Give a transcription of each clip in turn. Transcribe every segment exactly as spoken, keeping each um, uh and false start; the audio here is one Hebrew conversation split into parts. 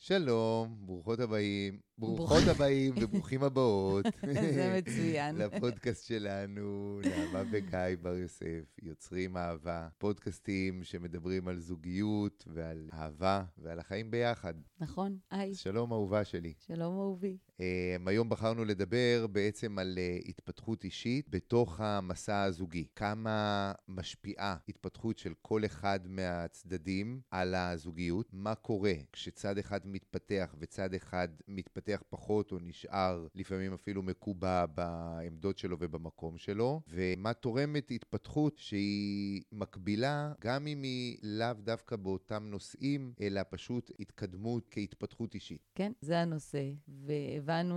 שלום, ברוכות הבאים, ברוכות הבאים וברוכים הבאות. זה מצוין. לפודקאסט שלנו, נעמה וגיא בר יוסף, יוצרים אהבה, פודקאסטים שמדברים על זוגיות ועל אהבה ועל החיים ביחד. נכון, היי. שלום אהובה שלי. שלום אהובי. Um, היום בחרנו לדבר בעצם על uh, התפתחות אישית בתוך המסע הזוגי. כמה משפיעה התפתחות של כל אחד מהצדדים על הזוגיות, מה קורה כשצד אחד מתפתח וצד אחד מתפתח פחות או נשאר לפעמים אפילו מקובע בעמדות שלו ובמקום שלו, ומה תורמת התפתחות שהיא מקבילה גם אם היא לאו דווקא באותם נושאים, אלא פשוט התקדמות כהתפתחות אישית. כן, זה הנושא, והבנו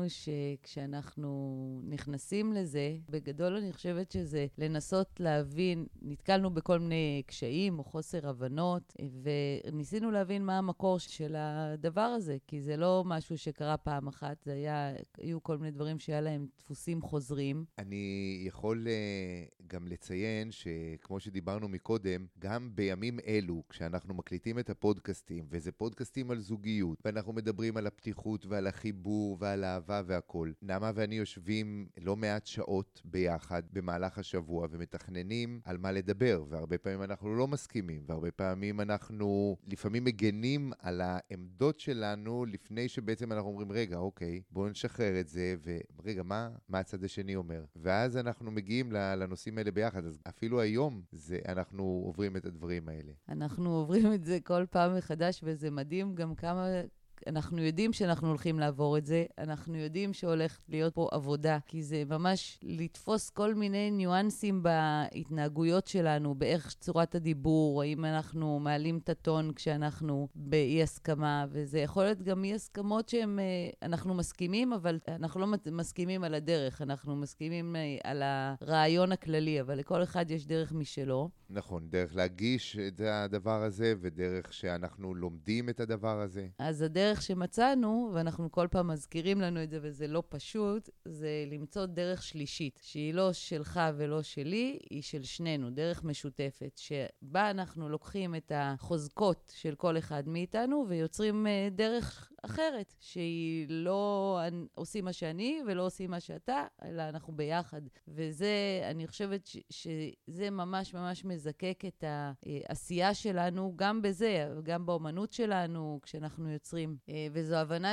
שכשאנחנו נכנסים לזה, בגדול אני חושבת שזה לנסות להבין, נתקלנו בכל מיני קשיים או חוסר הבנות, וניסינו להבין מה המקור של הדבר הזה, כי זה לא משהו שקרה פעם אחת, זה היה, היו כל מיני דברים שהיה להם דפוסים חוזרים. אני יכול uh, גם לציין שכמו שדיברנו מקודם, גם בימים אלו, כשאנחנו מקליטים את הפודקאסטים, וזה פודקאסטים על זוגיות, ואנחנו מדברים על הפתיחות ועל החיבור ועל האהבה והכל. נעמה ואני יושבים לא מעט שעות ביחד במהלך השבוע, ומתכננים על מה לדבר, והרבה פעמים אנחנו לא מסכימים, והרבה פעמים אנחנו לפעמים מגנים על העמדות שלנו, לפני שבעצם אנחנו אומרים, רגע, אוקיי, בואו נשחרר את זה, ורגע, מה, מה הצד השני אומר? ואז אנחנו מגיעים לנושאים האלה ביחד, אז אפילו היום זה, אנחנו עוברים את הדברים האלה. אנחנו עוברים את זה כל פעם מחדש, וזה מדהים גם כמה... אנחנו יודעים שאנחנו הולכים לעבור את זה, אנחנו יודעים שהולך להיות פה עבודה, כי זה ממש לתפוס כל מיני ניואנסים בהתנהגויות שלנו, באיך צורת הדיבור, האם אנחנו מעלים את הטון כשאנחנו באי הסכמה, וזה יכול להיות גם אי הסכמות שאנחנו מסכימים, אבל אנחנו לא מסכימים על הדרך, אנחנו מסכימים על הרעיון הכללי, אבל לכל אחד יש דרך משלו. נכון, דרך להגיש את הדבר הזה, ודרך שאנחנו לומדים את הדבר הזה. אז הדרך שמצאנו, ואנחנו כל פעם מזכירים לנו את זה, וזה לא פשוט, זה למצוא דרך שלישית, שהיא לא שלך ולא שלי, היא של שנינו, דרך משותפת, שבה אנחנו לוקחים את החוזקות של כל אחד מאיתנו, ויוצרים דרך אחרת, שהיא לא עושים מה שאני ולא עושים מה שאתה, אלא אנחנו ביחד. וזה, אני חושבת ש- שזה ממש ממש מזקק את העשייה שלנו, גם בזה, גם באומנות שלנו, כשאנחנו יוצרים. וזו הבנה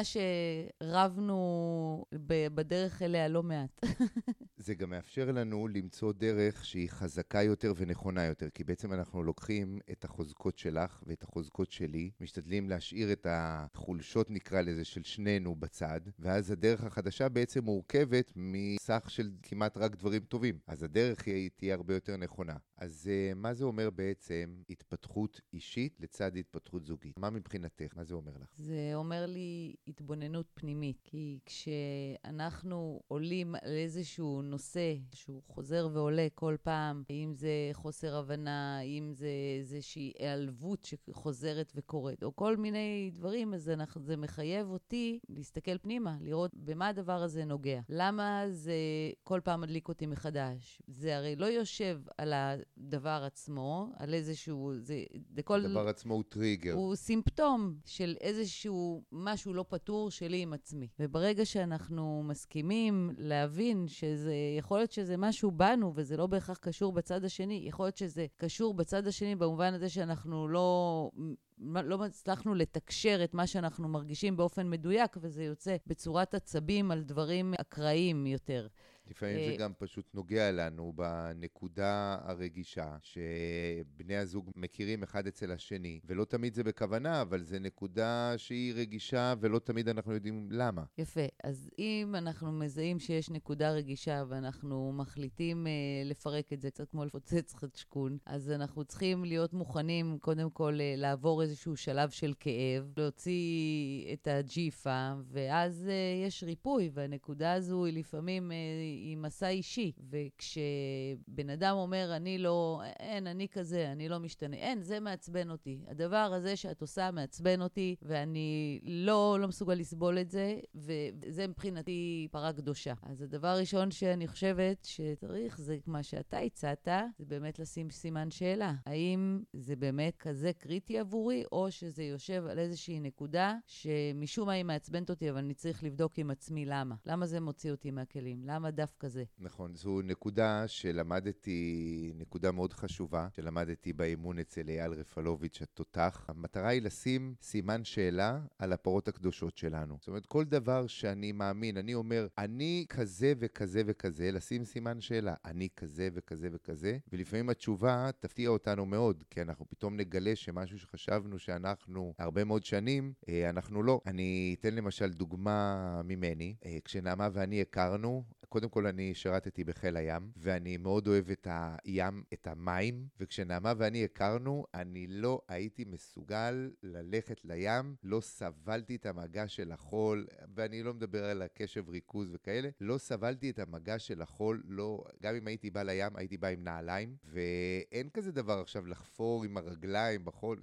שרבנו בדרך אליה לא מעט. זה גם מאפשר לנו למצוא דרך שהיא חזקה יותר ונכונה יותר, כי בעצם אנחנו לוקחים את החוזקות שלך ואת החוזקות שלי, משתדלים להשאיר את החולשות נקרא לזה של שנינו בצד, ואז הדרך החדשה בעצם מורכבת מסך של כמעט רק דברים טובים. אז הדרך היא תהיה הרבה יותר נכונה. אז uh, מה זה אומר בעצם התפתחות אישית לצד התפתחות זוגית? מה מבחינתך? מה זה אומר לך? זה אומר לי התבוננות פנימית, כי כשאנחנו עולים על איזשהו נושא שהוא חוזר ועולה כל פעם, אם זה חוסר הבנה, אם זה איזושהי העלבות שחוזרת וקורית, או כל מיני דברים, אז אנחנו, זה מחייב אותי להסתכל פנימה, לראות במה הדבר הזה נוגע. למה זה כל פעם מדליק אותי מחדש? זה הרי לא יושב על הדבר עצמו, על איזשהו... זה, זה כל... הדבר עצמו הוא טריגר. הוא סימפטום של איזשהו משהו לא פתור שלי עם עצמי. וברגע שאנחנו מסכימים להבין שזה, יכול להיות שזה משהו בנו, וזה לא בהכרח קשור בצד השני, יכול להיות שזה קשור בצד השני במובן הזה שאנחנו לא... לא הצלחנו לתקשר את מה שאנחנו מרגישים באופן מדויק, וזה יוצא בצורת עצבים על דברים אקראיים יותר. לפעמים זה גם פשוט נוגע לנו בנקודה הרגישה, שבני הזוג מכירים אחד אצל השני, ולא תמיד זה בכוונה, אבל זה נקודה שהיא רגישה, ולא תמיד אנחנו יודעים למה. יפה. אז אם אנחנו מזהים שיש נקודה רגישה, ואנחנו מחליטים אה, לפרק את זה, קצת כמו לפוצץ חדשקון, אז אנחנו צריכים להיות מוכנים, קודם כל, אה, לעבור איזשהו שלב של כאב, להוציא את הג'יפה, ואז אה, יש ריפוי, והנקודה הזו היא לפעמים... אה, היא מסע אישי, וכשבן אדם אומר, אני לא, אין, אני כזה, אני לא משתנה, אין, זה מעצבן אותי. הדבר הזה שאת עושה מעצבן אותי, ואני לא, לא מסוגל לסבול את זה, וזה מבחינתי פרה קדושה. אז הדבר הראשון שאני חושבת שצריך, זה מה שאתה הצעת, זה באמת לשים סימן שאלה. האם זה באמת כזה קריטי עבורי, או שזה יושב על איזושהי נקודה שמשום מה היא מעצבנת אותי, אבל אני צריך לבדוק עם עצמי למה. למה זה מוציא אותי מהכלים? למה דווקא זה? נכון, זו נקודה שלמדתי, נקודה מאוד חשובה, שלמדתי באימון אצל אייל רפלוביץ' התותח. המטרה היא לשים סימן שאלה על הפרות הקדושות שלנו. זאת אומרת, כל דבר שאני מאמין, אני אומר, אני כזה וכזה וכזה, לשים סימן שאלה. אני כזה וכזה וכזה, ולפעמים התשובה תפתיע אותנו מאוד, כי אנחנו פתאום נגלה שמשהו שחשבנו שאנחנו הרבה מאוד שנים, אנחנו לא. אני אתן למשל דוגמה ממני. כשנעמה ואני הכרנו, קודם כל אני שרתתי בחיל הים, ואני מאוד אוהב את הים, את המים, וכשנעמה ואני הכרנו, אני לא הייתי מסוגל ללכת לים, לא סבלתי את המגע של החול, ואני לא מדבר על הקשב ריכוז וכאלה, לא סבלתי את המגע של החול, לא, גם אם הייתי בא לים, הייתי בא עם נעליים, ואין כזה דבר עכשיו לחפור עם הרגליים בחול,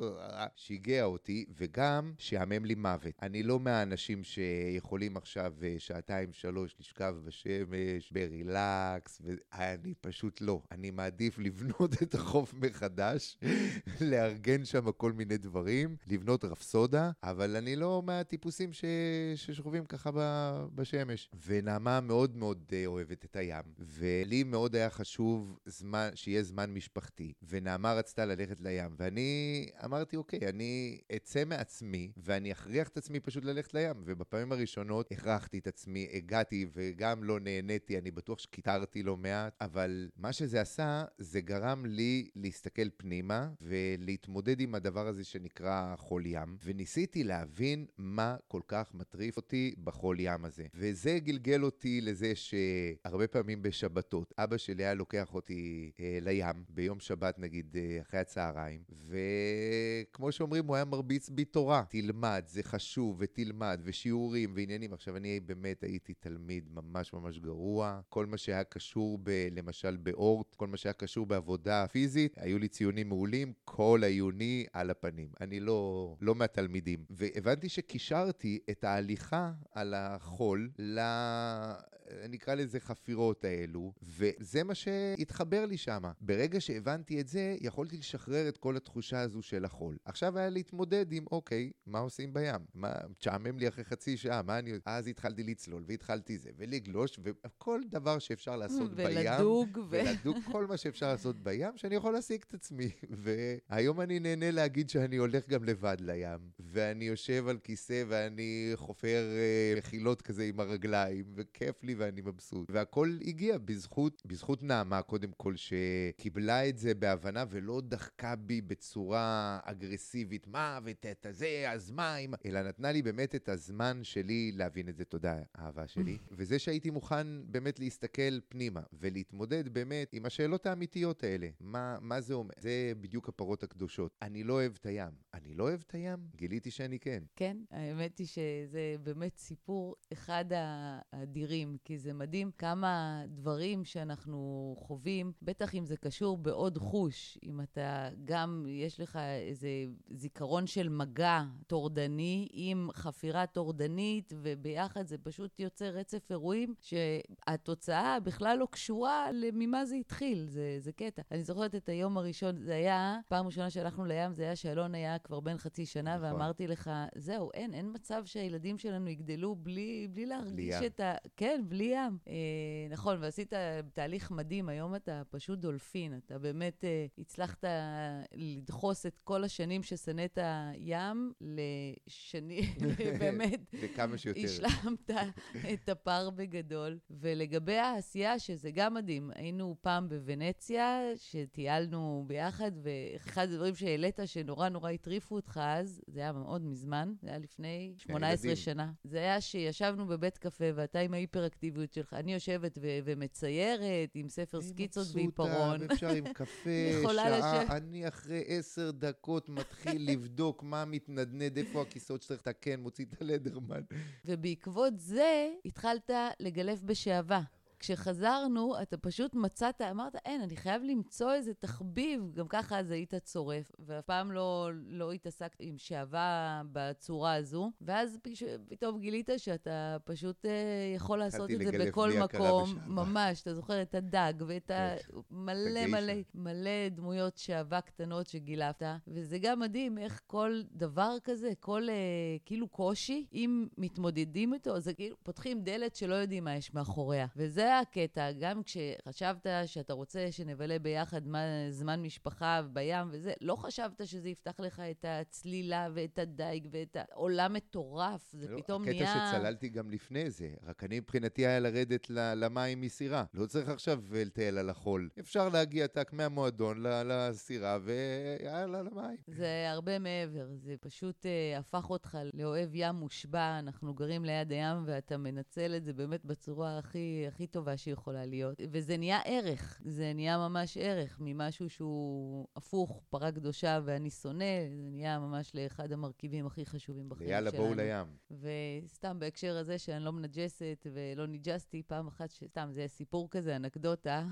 שיגע אותי, וגם שעמם לי מוות. אני לא מהאנשים שיכולים עכשיו שעתיים שלוש לשכב בשמש, ברילקס, ואני פשוט לא. אני מעדיף לבנות את החוף מחדש, לארגן שם כל מיני דברים, לבנות רפסודה, אבל אני לא מהטיפוסים ש... ששוכבים ככה ב... בשמש. ונעמה מאוד מאוד אוהבת את הים, ולי מאוד היה חשוב זמן, שיהיה זמן משפחתי, ונעמה רצתה ללכת לים, ואני אמרתי, אוקיי, אני אצא מעצמי, ואני אכריח את עצמי פשוט ללכת לים, ובפעמים הראשונות הכרחתי את עצמי, הגעתי וגם לא נהניתי, אני בטוח שקיטרתי לא מעט, אבל מה שזה עשה, זה גרם לי להסתכל פנימה, ולהתמודד עם הדבר הזה שנקרא חול ים, וניסיתי להבין מה כל כך מטריף אותי בחול ים הזה. וזה גלגל אותי לזה שהרבה פעמים בשבתות, אבא שלי היה לוקח אותי אה, לים, ביום שבת נגיד אה, אחרי הצהריים, וכמו שאומרים, הוא היה מרביץ בי תורה. תלמד, זה חשוב, ותלמד, ושיעורים ועניינים. עכשיו אני באמת הייתי תלמיד ממש ממש גרוע. כל מה שהיה קשור ב, למשל באורט, כל מה שהיה קשור בעבודה פיזית, היו לי ציונים מעולים, כל העיוני על הפנים. אני לא, לא מהתלמידים. והבנתי שקישרתי את ההליכה על החול ל... נקרא לזה חפירות האלו, וזה מה שהתחבר לי שם. ברגע שהבנתי את זה, יכולתי לשחרר את כל התחושה הזו של החול. עכשיו היה להתמודד עם, אוקיי, מה עושים בים? מה, תשעמם לי אחרי חצי שעה, מה אני... אז התחלתי לצלול, והתחלתי זה, ולגלוש, וכל דבר שאפשר לעשות בים. ולדוג. ולדוג, כל מה שאפשר לעשות בים, שאני יכול להשיג את עצמי. והיום אני נהנה להגיד שאני הולך גם לבד לים, ואני יושב על כיסא, ואני חופר מחילות כזה עם הרגליים, וכיף לי ואני מבסוט. והכל הגיע בזכות, בזכות נעמה קודם כל, שקיבלה את זה בהבנה ולא דחקה בי בצורה אגרסיבית, מה ואת זה, אז מה, אלא נתנה לי באמת את הזמן שלי להבין את זה. תודה, אהבה שלי. וזה שהייתי מוכן באמת להסתכל פנימה ולהתמודד באמת עם השאלות האמיתיות האלה. מה, מה זה אומר? זה בדיוק הפרות הקדושות. אני לא אוהב את הים. אני לא אוהב את הים? גיליתי שאני כן. כן, האמת היא שזה באמת סיפור אחד האדירים, כי זה מדהים כמה דברים שאנחנו חווים, בטח אם זה קשור בעוד חוש, אם אתה גם, יש לך איזה זיכרון של מגע תורדני עם חפירה תורדנית, וביחד זה פשוט יוצר רצף אירועים, שהתוצאה בכלל לא קשורה ממה זה התחיל, זה, זה קטע. אני זוכרת את היום הראשון, זה היה, פעם ראשונה שהלכנו לים, זה היה שאלון היה כבר בין חצי שנה, נכון. ואמרתי לך, זהו, אין, אין מצב שהילדים שלנו יגדלו בלי, בלי להרגיש בלי את ה... כן, בלי ים. אה, נכון, ועשית תהליך מדהים, היום אתה פשוט דולפין, אתה באמת אה, הצלחת לדחוס את כל השנים ששנאת ים לשנים, באמת, וכמה שיותר. השלמת את הפער בגדול. ולגבי העשייה, שזה גם מדהים, היינו פעם בוונציה, שטיילנו ביחד, ואחד הדברים שהעלית שנורא נורא הטריפו אותך אז, זה היה מאוד מזמן, זה היה לפני שמונה עשרה שנה. זה היה שישבנו בבית קפה, ואתה עם ההיפראקטיביות שלך, אני יושבת ו- ומציירת, עם ספר סקיצות ועיפרון. ואפשר עם קפה, שעה, לשב... אני אחרי עשר דקות מתחיל לבדוק מה מתנדנד, איפה הכיסאות שצריך לתקן, מוציא את הלדרמן. ובעקבות זה, התחלת לגלף בשעבה. כשחזרנו, אתה פשוט מצאת, אמרת, אין, אני חייב למצוא איזה תחביב, גם ככה אז היית צורף, ואף פעם לא, לא התעסקת עם שעבה בצורה הזו, ואז פתאום גילית שאתה פשוט אה, יכול לעשות את זה בכל מקום, ממש, אתה זוכר את הדג, ואת המלא מלא, מלא דמויות שעבה קטנות שגילבת, וזה גם מדהים איך כל דבר כזה, כל אה, כאילו קושי, אם מתמודדים איתו, זה כאילו פותחים דלת שלא יודעים מה יש מאחוריה. וזה הקטע, גם כשחשבת שאתה רוצה שנבלה ביחד זמן משפחה בים וזה, לא חשבת שזה יפתח לך את הצלילה ואת הדייג ואת העולם מטורף, זה לא, פתאום הקטע נהיה... הקטע שצללתי גם לפני זה, רק אני מבחינתי היה לרדת למים מסירה. לא צריך עכשיו לטייל על החול. אפשר להגיע תק מהמועדון לסירה ויאללה למים. זה הרבה מעבר, זה פשוט uh, הפך אותך לאוהב ים מושבע, אנחנו גרים ליד הים ואתה מנצל את זה באמת בצורה הכי, הכי טובה שיכולה להיות. וזה נהיה ערך, זה נהיה ממש ערך ממשהו שהוא הפוך, פרה קדושה ואני שונא, זה נהיה ממש לאחד המרכיבים הכי חשובים בחיים שלנו. יאללה, בואו לים. וסתם בהקשר הזה שאני לא מנג'סת ולא ניג'סתי, פעם אחת שסתם, זה סיפור כזה, אנקדוטה,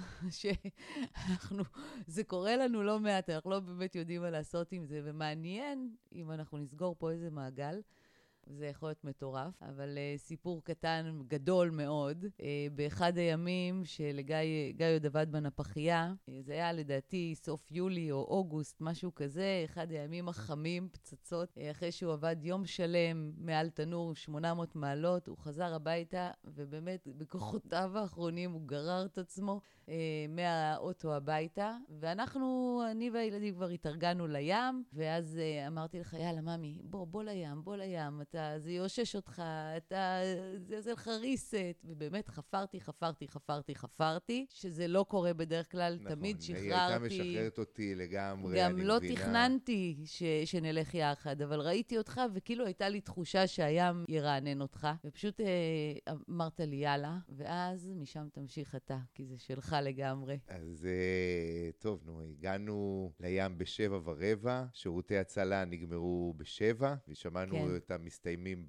שאנחנו, זה קורה לנו לא מעט, אנחנו לא באמת יודעים מה לעשות עם זה, ומעניין אם אנחנו נסגור פה איזה מעגל, זה יכול להיות מטורף, אבל uh, סיפור קטן, גדול מאוד, uh, באחד הימים שלגיא עוד עבד בנפחייה, uh, זה היה לדעתי סוף יולי או אוגוסט, משהו כזה, אחד הימים החמים, פצצות, uh, אחרי שהוא עבד יום שלם מעל תנור שמונה מאות מעלות, הוא חזר הביתה, ובאמת בכוחותיו האחרונים הוא גרר את עצמו uh, מהאוטו הביתה, ואנחנו, אני והילדים כבר התארגנו לים, ואז uh, אמרתי לך, יאללה ממי, בוא, בוא לים, בוא לים, אתה, זה יושש אותך, אתה, זה עושה לך ריסט, ובאמת חפרתי, חפרתי, חפרתי, חפרתי, שזה לא קורה בדרך כלל, נכון, תמיד שחררתי. היא הייתה משחררת אותי לגמרי, גם לא מבינה. תכננתי ש, שנלך יחד, אבל ראיתי אותך, וכאילו הייתה לי תחושה שהים ירענן אותך, ופשוט אה, אמרת לי יאללה, ואז משם תמשיך אתה, כי זה שלך לגמרי. אז אה, טוב, נו, הגענו לים בשבע ורבע, שירותי הצלה נגמרו בשבע, ושמענו כן. את המסתיימים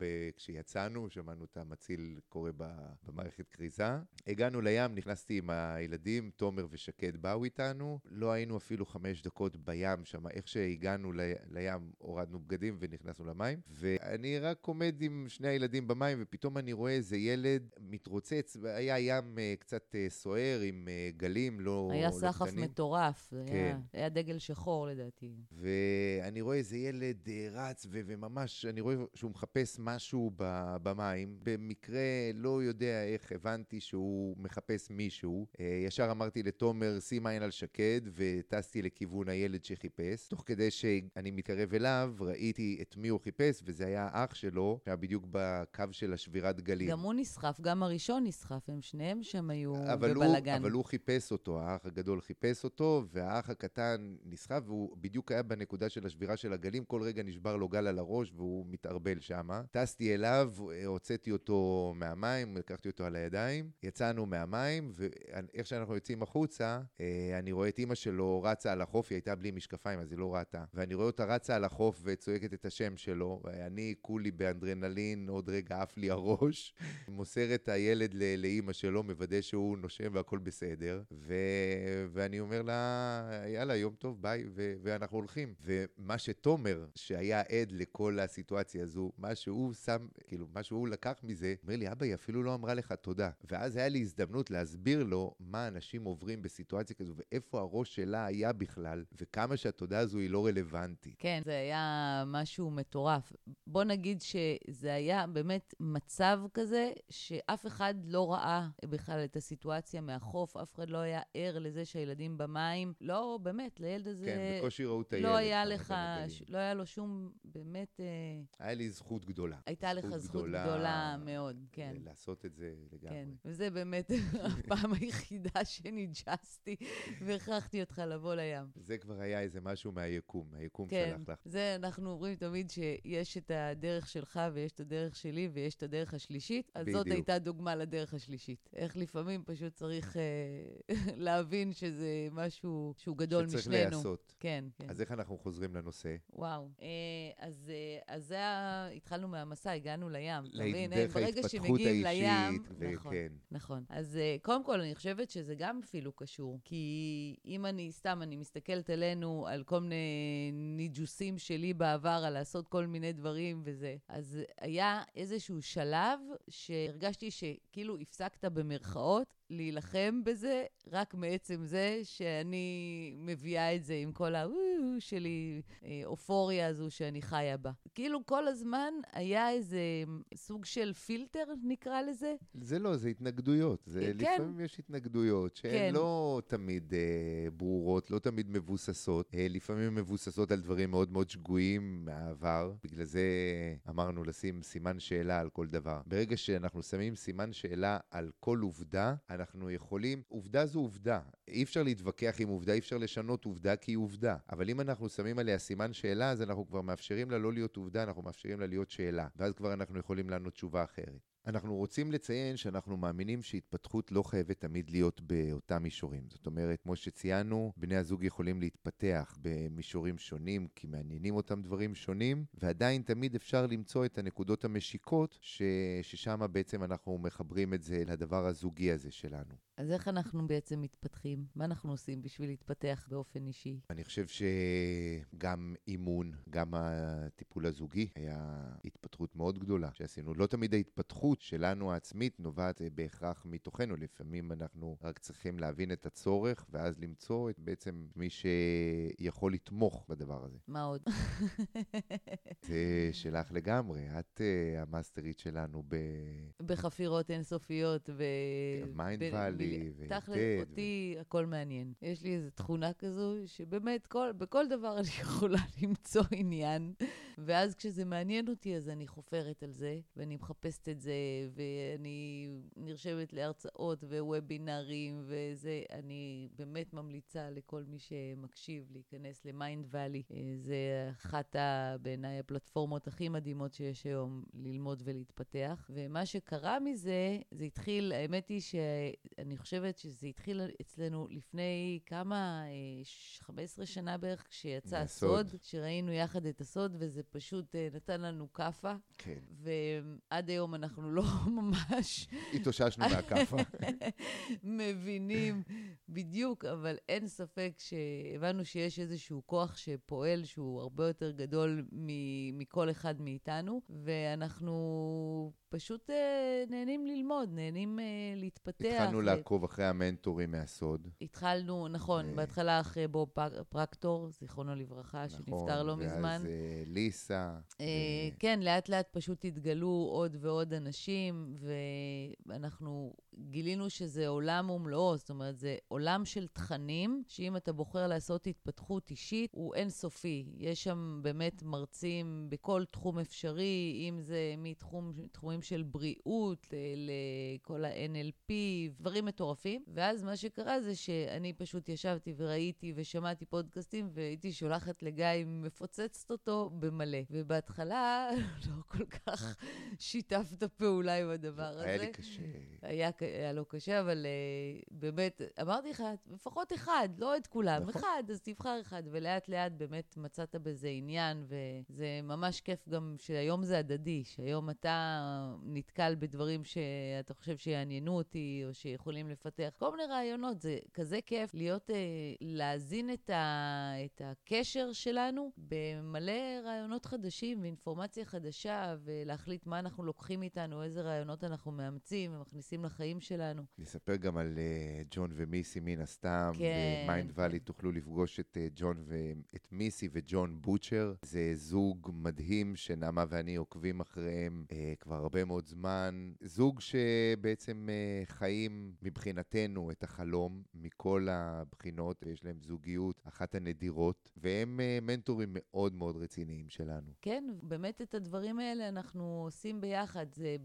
כשיצאנו, שמענו את המציל קורה במערכת קריזה. הגענו לים, נכנסתי עם הילדים, תומר ושקד באו איתנו, לא היינו אפילו חמש דקות בים שם, איך שהגענו לים, הורדנו בגדים ונכנסנו למים, ואני רק עומד עם שני הילדים במים, ופתאום אני רואה איזה ילד מתרוצץ, היה ים קצת סוער עם גלים, לא היה סחף קטנים. מטורף, זה כן. היה, היה דגל שחור לדעתי. ואני רואה איזה ילד רץ, ו- וממש, אני רואה שהוא מחפש משהו במים, במקרה לא יודע איך הבנתי שהוא מחפש מישהו, ישר אמרתי לתומר, שים עין על שקד, וטסתי לכיוון הילד שחיפש, תוך כדי שאני מתקרב אליו, ראיתי את מי הוא חיפש, וזה היה אח שלו, שהיה בדיוק בקו של השבירת גלים. גם הוא נסחף, גם הראשון נסחף, הם שניהם שם היו אבל בבלגן. הוא, אבל הוא חיפש אותו, האח הגדול חיפש אותו, והאח הקטן נסחף, והוא בדיוק היה בנקודה של השבירה של הגלים, כל רגע נשבר לו גל על הראש, והוא מתערבל שם. טסתי אליו, הוצאתי אותו מהמים, לקחתי אותו על הידיים, יצאנו מהמים, ואיך שאנחנו יוצאים החוצה, אני רואה את אמא שלו רצה על החוף, היא הייתה בלי משקפיים, אז היא לא ראתה. ואני רואה אותה רצה על החוף וצועקת את השם שלו, ואני כולי באנדרנלין, עוד רגע עף לי הראש, מוסר את הילד לאמא שלו, מוודא שהוא נושם והכל בסדר, ו... ואני אומר לה, יאללה, יום טוב, ביי, ו... ואנחנו הולכים. ומה שתומר, שהיה עד לכל הסיטואציה הזו, מה שהוא שם, כאילו, מה שהוא לקח מזה, אומר לי, אבא, היא אפילו לא אמרה לך תודה. ואז היה לי הזדמנות להסביר לו מה אנשים עוברים בסיטואציה כזו, ואיפה הראש שלה היה בכלל, וכמה שהתודה הזו היא לא רלוונטית. כן, זה היה משהו מטורף. בוא נגיד שזה היה באמת מצב כזה, שאף אחד לא ראה בכלל את הסיטואציה מהחוף, אף אחד לא היה ער לזה שהילדים במים, לא, באמת, לילד הזה... כן, בקושי ראו את הילד. לא היה לך, ש... לא היה לו שום, באמת... היה לי זכות גדולה. הייתה לך זכות גדולה, גדולה מאוד, כן. לעשות את זה לגמרי. כן, וזה באמת הפעם היחידה שניג'סתי, והכרחתי אותך לבוא לים. זה כבר היה איזה משהו מהיקום, מהיקום כן, שלך לך. זה אנחנו אומרים תמיד שיש את הדרך שלך, ויש את הדרך שלי, ויש את הדרך השלישית, אז בדיוק. זאת הייתה דוגמה לדרך השלישית. איך לפעמים פשוט צריך אה, להבין שזה משהו שהוא גדול שצריך משנינו. לעשות. כן, כן. אז איך אנחנו חוזרים לנושא? וואו. אה, אז, אה, אז זה התחלנו מהמסע, הגענו לים. דרך ההתפתחות האישית. נכון, נכון. אז קודם כל, אני חושבת שזה גם אפילו קשור, כי אם אני סתם, אני מסתכלת עלינו, על כל מיני ניג'וסים שלי בעבר, על לעשות כל מיני דברים וזה, אז היה איזשהו שלב שהרגשתי שכאילו הפסקת במרכאות, להילחם בזה, רק מעצם זה שאני מביאה את זה עם כל ה... שלי, אופוריה הזו שאני חיה בה. כאילו כל הזמן היה איזה סוג של פילטר, נקרא לזה. זה לא, זה התנגדויות. זה כן. לפעמים יש התנגדויות שהן כן. לא תמיד אה, ברורות, לא תמיד מבוססות. אה, לפעמים מבוססות על דברים מאוד מאוד שגויים מהעבר. בגלל זה אמרנו לשים סימן שאלה על כל דבר. ברגע שאנחנו שמים סימן שאלה על כל עובדה, אנחנו יכולים, עובדה זו עובדה. אי אפשר להתווכח עם עובדה, אי אפשר לשנות עובדה כי היא עובדה. אבל אם אנחנו שמים עליה סימן שאלה, אז אנחנו כבר מאפשרים לה לא להיות עובדה, אנחנו מאפשרים לה להיות שאלה. ואז כבר אנחנו יכולים לענות תשובה אחרת. אנחנו רוצים לציין שאנחנו מאמינים שהתפתחות לא חייבת תמיד להיות באותם מישורים. זאת אומרת, כמו שציינו, בני הזוג יכולים להתפתח במישורים שונים, כי מעניינים אותם דברים שונים, ועדיין תמיד אפשר למצוא את הנקודות המשיקות, ש... ששם בעצם אנחנו מחברים את זה לדבר הזוגי הזה שלנו. אז איך אנחנו בעצם מתפתחים? מה אנחנו עושים בשביל להתפתח באופן אישי? אני חושב שגם אימון, גם הטיפול הזוגי, היה התפתחות מאוד גדולה שעשינו. לא תמיד ההתפתחות שלנו העצמית נובעת בהכרח מתוכנו. לפעמים אנחנו רק צריכים להבין את הצורך, ואז למצוא את בעצם מי שיכול לתמוך בדבר הזה. מה עוד? זה שלך לגמרי. את uh, המאסטרית שלנו ב... בחפירות אינסופיות ו... מיינד ואלי ו... תכל'ס, אותי הכל מעניין. יש לי איזו תכונה כזו, שבאמת כל, בכל דבר אני יכולה למצוא עניין, ואז כשזה מעניין אותי, אז אני חופרת על זה, ואני מחפשת את זה, ואני נרשמת להרצאות ווובינרים, וזה, אני באמת ממליצה לכל מי שמקשיב להיכנס למיינד ואלי. זה אחת ה, בעיניי הפלטפורמות הכי מדהימות שיש היום ללמוד ולהתפתח. ומה שקרה מזה, זה התחיל, האמת היא שאני חושבת שזה התחיל אצלנו לפני כמה, חמש עשרה שנה בערך, כשיצא הסוד, שראינו יחד את הסוד, וזה פשוט נתן לנו קפה. כן. ועד היום אנחנו לא ממש... התאוששנו מהקפה. מבינים בדיוק, אבל אין ספק שהבנו שיש איזשהו כוח שפועל, שהוא הרבה יותר גדול מכל אחד מאיתנו, ואנחנו פשוט נהנים ללמוד, נהנים להתפתח. התחלנו לעקוב אחרי המנטורים מהסוד. התחלנו, נכון, בהתחלה אחרי בוב פרקטור, זיכרונו לברכה, שנפטר לא מזמן. ואז ליסה. כן, לאט לאט פשוט התגלו עוד ועוד אנשים, ואנחנו גילינו שזה עולם ומלואו, זאת אומרת, זה עולם של תכנים, שאם אתה בוחר לעשות התפתחות אישית, הוא אינסופי. יש שם באמת מרצים בכל תחום אפשרי, אם זה מתחום, תחומים של בריאות, לכל ה-אן אל פי, דברים מטורפים. ואז מה שקרה זה שאני פשוט ישבתי וראיתי ושמעתי פודקאסטים, והייתי שולחת לגיא, מפוצצת אותו במלא. ובהתחלה לא כל כך שיתפת פעולה עם הדבר הזה. היה לי קשה. היה, היה לא קשה, אבל uh, באמת, אמרתי לך, לפחות אחד, לא את כולם, נכון. אחד, אז תבחר אחד, ולאט לאט באמת מצאת בזה עניין, וזה ממש כיף גם שהיום זה הדדי, שהיום אתה נתקל בדברים שאתה חושב שיעניינו אותי, או שיכולים לפתח כל מיני רעיונות, זה כזה כיף להיות, uh, להזין את, ה, את הקשר שלנו במלא רעיונות חדשים, ואינפורמציה חדשה, ולהחליט מה אנחנו לוקחים איתנו, איזה רעיונות אנחנו מאמצים, ומכניסים לחיים שלנו. נספר גם על uh, ג'ון ומיסי מן הסתם, כן. במיינד ואלי תוכלו לפגוש את uh, ג'ון ואת מיסי וג'ון בוטשר. זה זוג מדהים שנעמה ואני עוקבים אחריהם uh, כבר הרבה מאוד זמן. זוג שבעצם uh, חיים מבחינתנו את החלום מכל הבחינות, יש להם זוגיות אחת הנדירות, והם uh, מנטורים מאוד מאוד רציניים שלנו. כן, באמת את הדברים האלה אנחנו עושים ביחד. זה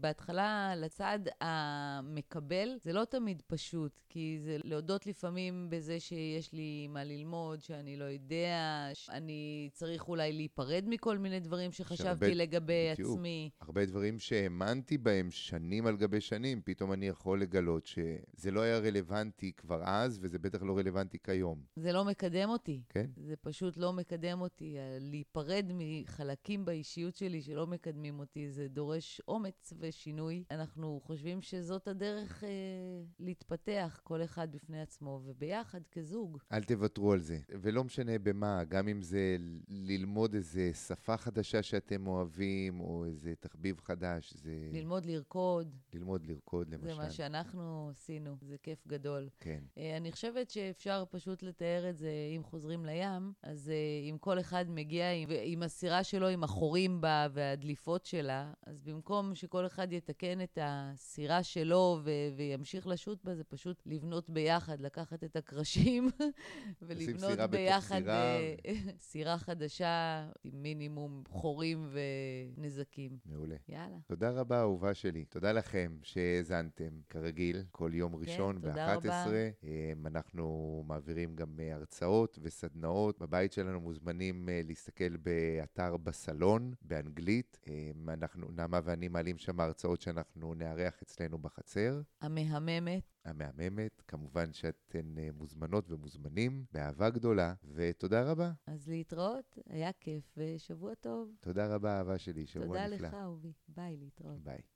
בהתחלה, לצד המקבל, זה לא תמיד פשוט, כי זה להודות לפעמים בזה שיש לי מה ללמוד, שאני לא יודע, שאני צריך אולי להיפרד מכל מיני דברים שחשבתי שהרבה- לגבי בדיוק. עצמי. הרבה דברים שהאמנתי בהם שנים על גבי שנים, פתאום אני יכול לגלות שזה לא היה רלוונטי כבר אז, וזה בטח לא רלוונטי כיום. זה לא מקדם אותי. כן? זה פשוט לא מקדם אותי. להיפרד מחלקים באישיות שלי שלא מקדמים אותי, זה דורש אומץ ושינוי. אנחנו חושבים שזאת הדרך אה, להתפתח, כל אחד בפני עצמו, וביחד כזוג. אל תוותרו על זה. ולא משנה במה, גם אם זה ללמוד איזה שפה חדשה שאתם אוהבים, או איזה תחביב חדש, זה ללמוד לרקוד, ללמוד לרקוד למשל. זה מה שאנחנו עשינו, זה כיף גדול. כן. אה, אני חושבת שאפשר פשוט לתאר את זה אם חוזרים לים, אז אה, אם כל אחד מגיע עם, עם הסירה שלו, עם החורים בה והדליפות שלה, אז במקום שכל אחד יתקן את הסירה שלו ו- וימשיך לשוט בה, זה פשוט לבנות ביחד, לקחת את הקרשים ולבנות סירה בתוך ביחד סירה. אה, סירה חדשה עם מינימום חורים ונזקים. מעולה. יאללה. תודה רבה, אהובה שלי. תודה לכם שהאזנתם, כרגיל, כל יום ראשון תודה ב-אחת עשרה. רבה. אמ, אנחנו מעבירים גם אה, הרצאות וסדנאות. בבית שלנו מוזמנים אה, להסתכל באתר בסלון, באנגלית. אמ, אנחנו, נעמה ואני מעלים שם הרצאות שאנחנו נארח אצלנו בחצר. המהממת. המהממת, כמובן שאתן אה, מוזמנות ומוזמנים, באהבה גדולה, ותודה רבה. אז להתראות, היה כיף ושבוע טוב. תודה רבה, אהבה שלי, שבוע תודה נפלא. לך, אהובי. ביי, להתראות. ביי.